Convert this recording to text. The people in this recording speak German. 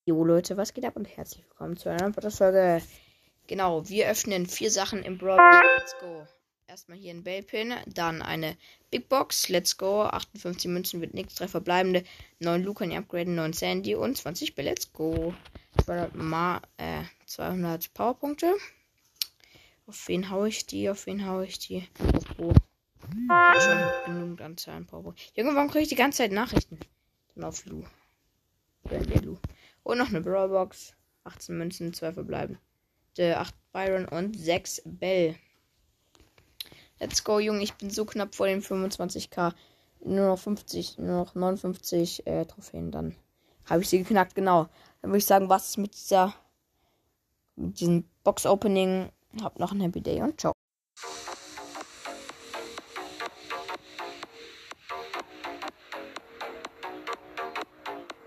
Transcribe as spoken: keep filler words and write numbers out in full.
Jo Leute, was geht ab und herzlich willkommen zu einer Podcast-Folge. Genau, wir öffnen vier Sachen im Brawl. Let's go. Erstmal hier ein Bellpin, dann eine Big Box. Let's go. achtundfünfzig Münzen wird nichts, drei verbleibende. neun Lu kann ich upgraden, neun Sandy und zwanzig Bell. Let's go. zweihundert, Ma äh, zweihundert Powerpunkte. Auf wen hau ich die? Auf wen hau ich die? Auf Bo. Schon genug Anzahl an Powerpunkte. Junge, warum kriege ich die ganze Zeit Nachrichten? Dann auf Lu. Der Lu. Und noch eine Brawlbox. achtzehn Münzen, zwei verbleiben. acht Byron und sechs Bell. Let's go, Junge. Ich bin so knapp vor den fünfundzwanzig K. Nur noch fünfzig, nur noch neunundfünfzig äh, Trophäen. Dann habe ich sie geknackt, genau. Dann würde ich sagen, was ist mit dieser, mit diesem Box-Opening. Habt noch einen Happy Day und ciao.